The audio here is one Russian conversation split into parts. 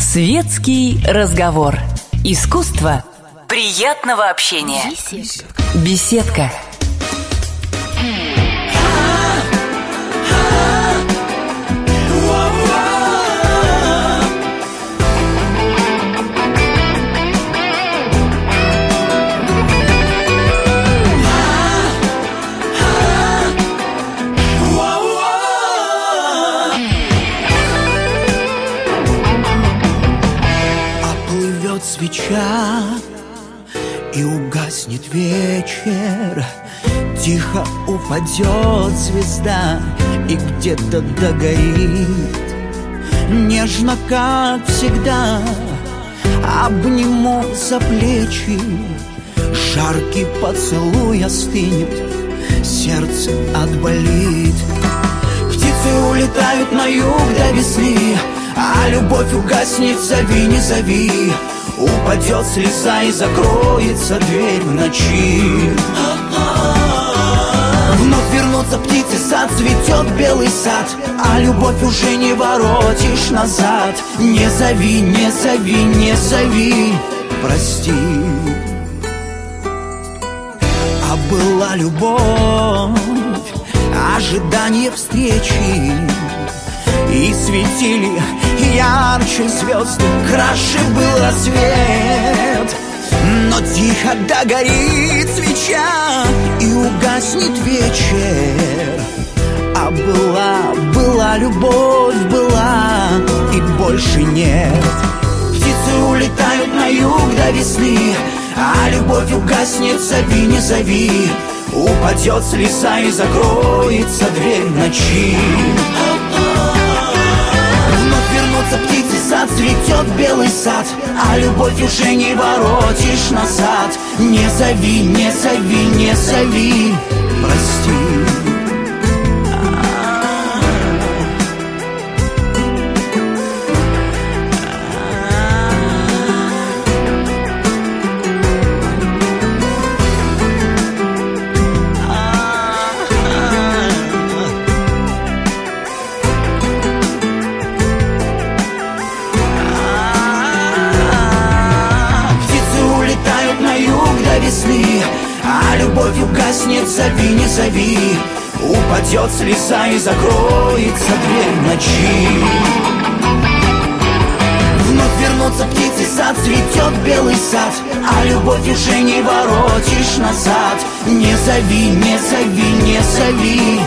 Светский разговор. Искусство приятного общения. Беседка. Свеча, и угаснет вечер, тихо упадет звезда и где-то догорит. Нежно, как всегда, обниму за плечи, жаркий поцелуй остынет, сердце отболит. Птицы улетают на юг до весны, а любовь угаснет, зови, не зови. Упадет слеза и закроется дверь в ночи. Вновь вернутся птицы, сад цветет белый сад, а любовь уже не воротишь назад. Не зови, не зови, не зови, прости. А была любовь, ожидание встречи, и светили ярче звезды, краше был рассвет. Но тихо догорит свеча и угаснет вечер. А была любовь, была и больше нет. Птицы улетают на юг до весны, а любовь угаснет, зови, не зови. Упадет слеза и закроется дверь в ночи. Птицы, сад цветет белый сад, а любовь уже не воротишь назад. Не зови, не зови, не зови, прости. А любовь угаснет, зови, не зови. Упадет слеза и закроется дверь в ночи. Вновь вернутся птицы, сад цветет белый сад, а любовь уже не воротишь назад. Не зови, не зови, не зови.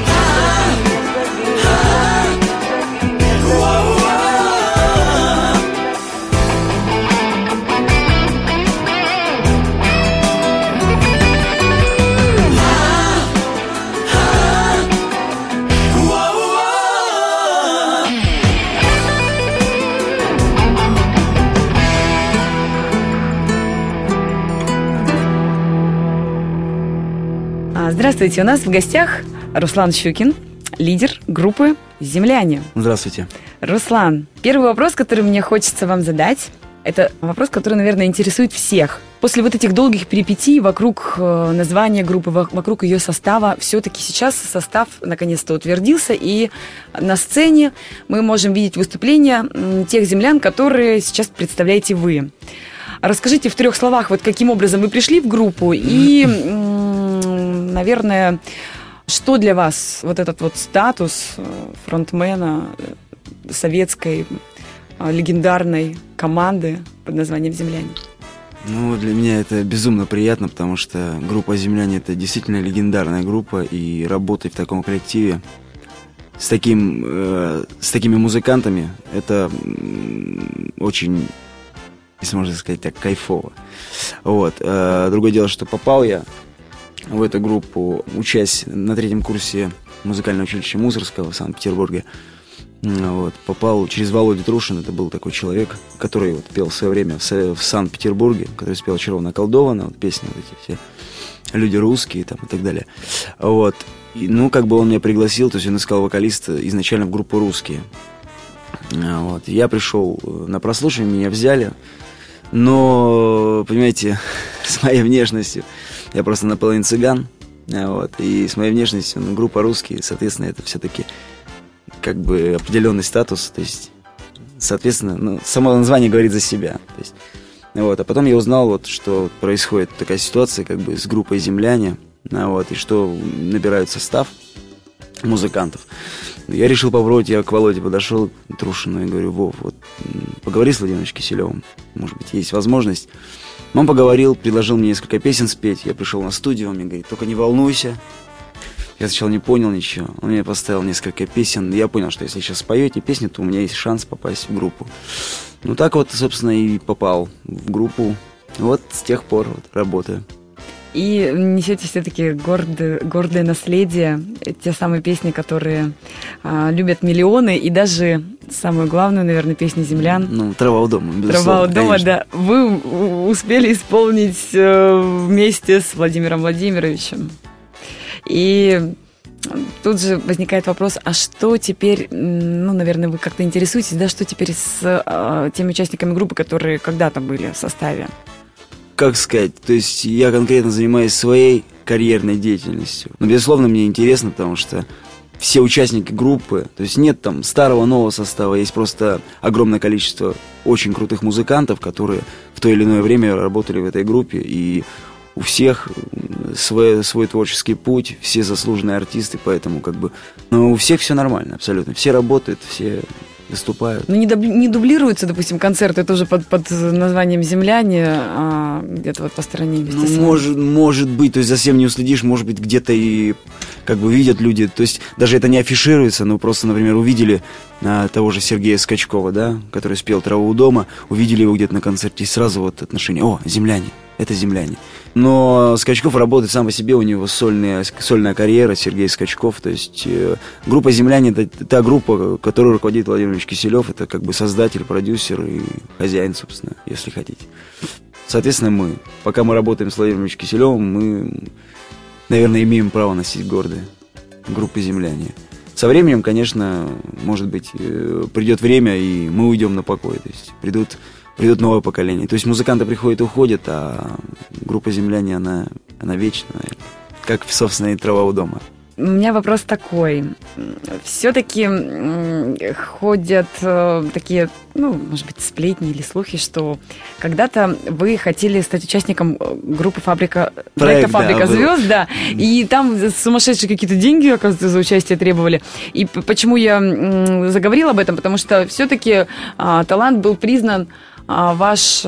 Здравствуйте, у нас в гостях Руслан Щукин, лидер группы «Земляне». Здравствуйте. Руслан, первый вопрос, который мне хочется вам задать, это вопрос, который, наверное, интересует всех. После вот этих долгих перипетий вокруг названия группы, вокруг ее состава, все-таки сейчас состав наконец-то утвердился, и на сцене мы можем видеть выступления тех землян, которые сейчас представляете вы. Расскажите в 3 словах, вот каким образом вы пришли в группу и... Наверное, что для вас вот этот вот статус фронтмена советской легендарной команды под названием «Земляне»? Ну, для меня это безумно приятно, потому что группа «Земляне» — это действительно легендарная группа, и работать в таком коллективе с такими музыкантами — это очень, если можно сказать так, кайфово. Вот. Другое дело, что попал я в эту группу, учась на 3-м курсе музыкального училища Мусоргского в Санкт-Петербурге. Вот, попал через Володю Трушина, это был такой человек, который вот пел в свое время в Санкт-Петербурге, который спел «Очарованно околдовано», вот песни вот эти все, «Люди русские» там и так далее. Вот. И, ну, как бы он меня пригласил, то есть он искал вокалиста изначально в группу «Русские». Вот. Я пришел на прослушивание, меня взяли, но, понимаете, с моей внешностью, я просто наполовину цыган, вот, и с моей внешностью, группа «Русские», соответственно, это все-таки как бы определенный статус, то есть соответственно, ну, само название говорит за себя. То есть, вот. А потом я узнал, вот, что происходит такая ситуация как бы с группой «Земляне», вот, и что набирают состав музыкантов. Я решил попробовать, я к Володе подошел, Трушину, и говорю: Вов, вот поговори с Владимиром Киселевым, может быть, есть возможность. Он поговорил, предложил мне несколько песен спеть, я пришел на студию, он мне говорит: только не волнуйся. Я сначала не понял ничего, он мне поставил несколько песен, я понял, что если сейчас спою эти песни, то у меня есть шанс попасть в группу. Ну так вот, собственно, и попал в группу, вот с тех пор вот работаю. И несете все-таки гордое наследие, те самые песни, которые любят миллионы, и даже самую главную, наверное, песню «Землян». Ну, «Трава у дома», безусловно. «Трава у дома», конечно. да. Вы успели исполнить вместе с Владимиром Владимировичем. И тут же возникает вопрос, а что теперь, ну, наверное, вы как-то интересуетесь, да, что теперь с теми участниками группы, которые когда-то были в составе? Как сказать, то есть я конкретно занимаюсь своей карьерной деятельностью. Но, безусловно, мне интересно, потому что все участники группы, то есть нет там старого, нового состава, есть просто огромное количество очень крутых музыкантов, которые в то или иное время работали в этой группе, и у всех свой творческий путь, все заслуженные артисты, поэтому как бы, ну, у всех все нормально, абсолютно, все работают, все выступают. Ну, не дублируются, допустим, концерты тоже под названием «Земляне», а где-то вот по стороне вместе с вами? Может быть, то есть за всем не уследишь, может быть, где-то и как бы видят люди, то есть даже это не афишируется, но просто, например, увидели того же Сергея Скачкова, да, который спел «Траву у дома», увидели его где-то на концерте, и сразу вот отношение: о, «Земляне», это «Земляне». Но Скачков работает сам по себе, у него сольная карьера, Сергей Скачков, то есть группа «Земляне» — это та группа, которой руководит Владимир Ильич Киселев, это как бы создатель, продюсер и хозяин, собственно, если хотите. Соответственно, пока мы работаем с Владимиром Ильичем Киселевым, мы, наверное, имеем право носить гордые группы «Земляне». Со временем, конечно, может быть, придет время, и мы уйдем на покой, то есть придут новое поколение. То есть музыканты приходят и уходят, а группа «Земляне», она вечная, как, собственно, и «Трава у дома». У меня вопрос такой. Все-таки ходят такие, ну, может быть, сплетни или слухи, что когда-то вы хотели стать участником группы проекта «Фабрика звезд», да, и там сумасшедшие какие-то деньги, оказывается, за участие требовали. И почему я заговорила об этом? Потому что все-таки талант был признан ваш,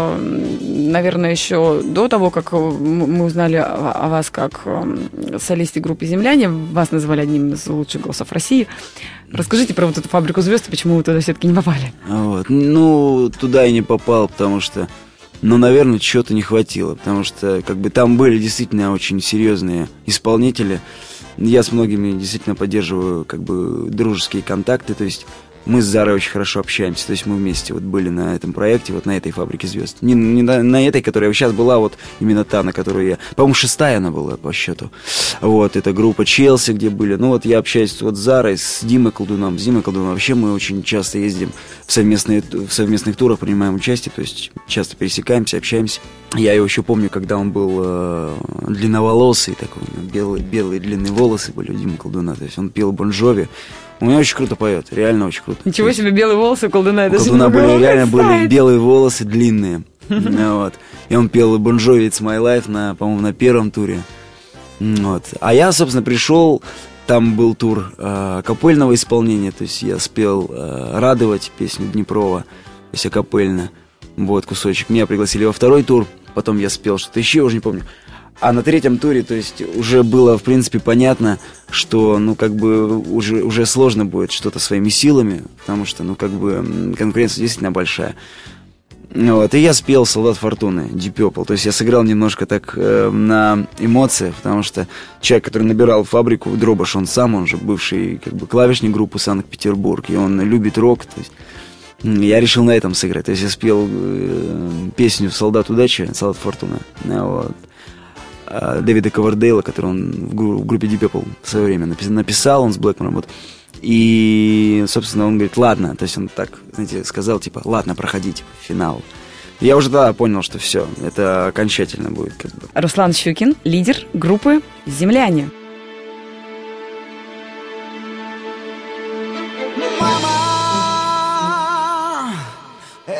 наверное, еще до того, как мы узнали о вас как солисте группы «Земляне», вас называли одним из лучших голосов России. Расскажите про вот эту «Фабрику звезд», и почему вы туда все-таки не попали? Вот. Ну, туда я не попал, потому что, наверное, чего-то не хватило, потому что как бы там были действительно очень серьезные исполнители. Я с многими действительно поддерживаю как бы дружеские контакты, то есть мы с Зарой очень хорошо общаемся, то есть мы вместе вот были на этом проекте, вот на этой «Фабрике звезд». Не на этой, которая сейчас была, вот именно та, на которую я... По-моему, 6-я она была по счету. Вот, это группа «Челси», где были. Ну вот я общаюсь вот с Зарой, с Димой Колдуном. С Димой Колдуном вообще мы очень часто ездим в совместных турах, принимаем участие, то есть часто пересекаемся, общаемся. Я его еще помню, когда он был длинноволосый, такой, белые длинные волосы были у Димы Колдуна, то есть он пел Бон Джови. У меня очень круто поет, реально очень круто. Ничего себе, белые волосы у колдуна. У колдуна были белые волосы длинные. Вот. И он пел Бон Джови «It's My Life», по-моему, на первом туре. Вот. А я, собственно, пришел, там был тур акапельного исполнения, то есть я спел «Радовать», песню Днепрова, то есть акапельно. Вот кусочек. Меня пригласили во второй тур, потом я спел что-то еще, уже не помню. А на третьем туре, то есть уже было, в принципе, понятно, что, ну, как бы уже сложно будет что-то своими силами, потому что, ну, как бы конкуренция действительно большая. Вот, и я спел «Солдат Фортуны», Deep Purple. То есть я сыграл немножко так на эмоциях, потому что человек, который набирал «Фабрику», Дробаш, он же бывший как бы клавишник группы «Санкт-Петербург», и он любит рок, то есть я решил на этом сыграть. То есть я спел песню «Солдат удачи», «Солдат Фортуны», вот, Дэвида Ковердейла, который он в группе Deep Purple в свое время написал, он с Блэкмором, вот. И, собственно, он говорит: ладно, то есть он так, знаете, сказал, типа, ладно, проходите в финал. Я уже тогда понял, что все, это окончательно будет как бы. Руслан Щукин, лидер группы «Земляне».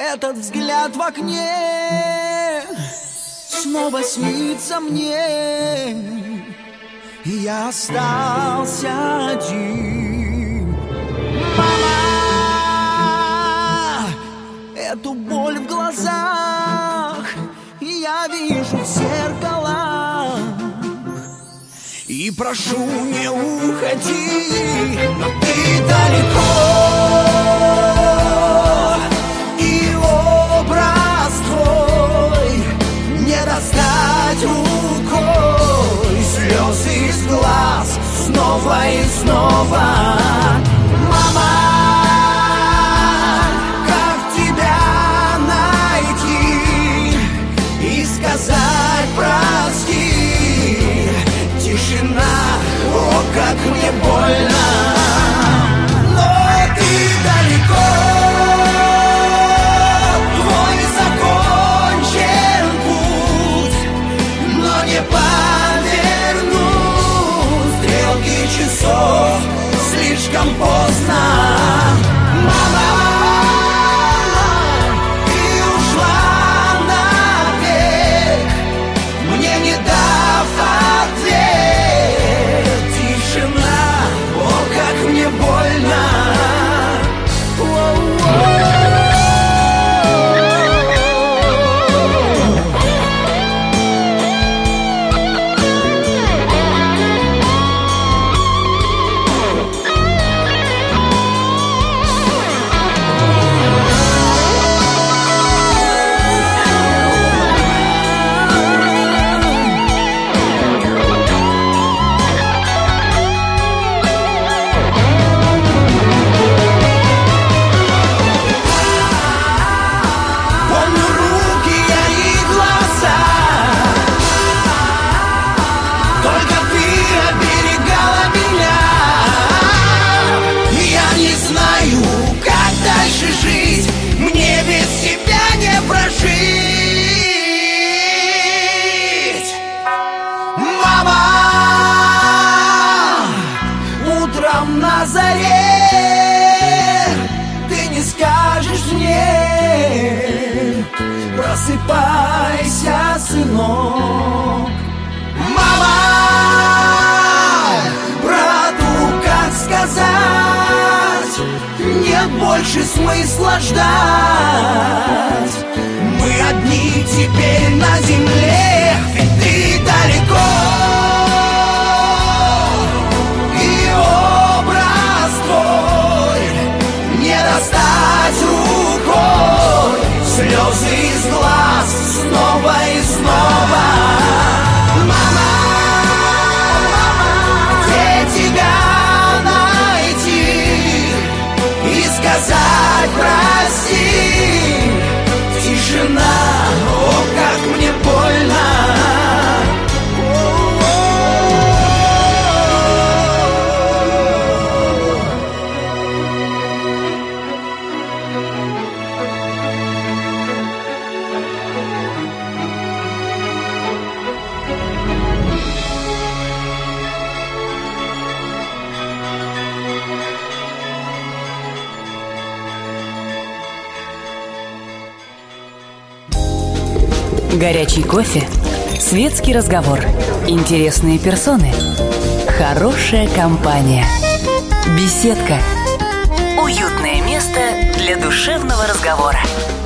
Этот взгляд в окне снова снится мне, и я остался один. Мама, эту боль в глазах я вижу в зеркалах. И прошу, не уходи, но ты далеко, и образ твой не достать рукой. Слезы из глаз снова и снова. Мама, как тебя найти и сказать прости? Тишина, о, как мне больно, но ты далеко, твой закончен путь, но не повернуть стрелки часов, слишком поздно. Мама, ты ушла навек, мне не дав ответ. Тишина, о, как мне больно. На заре ты не скажешь мне: просыпайся, сынок. Мама, брату как сказать? Нет больше смысла ждать. Мы одни теперь на земле, ведь ты далеко. Достать рукой слезы из глаз снова и снова. Мама, где тебя найти и сказать прости? Тишина, о, как мне больно. Горячий кофе, светский разговор, интересные персоны, хорошая компания. Беседка. Уютное место для душевного разговора.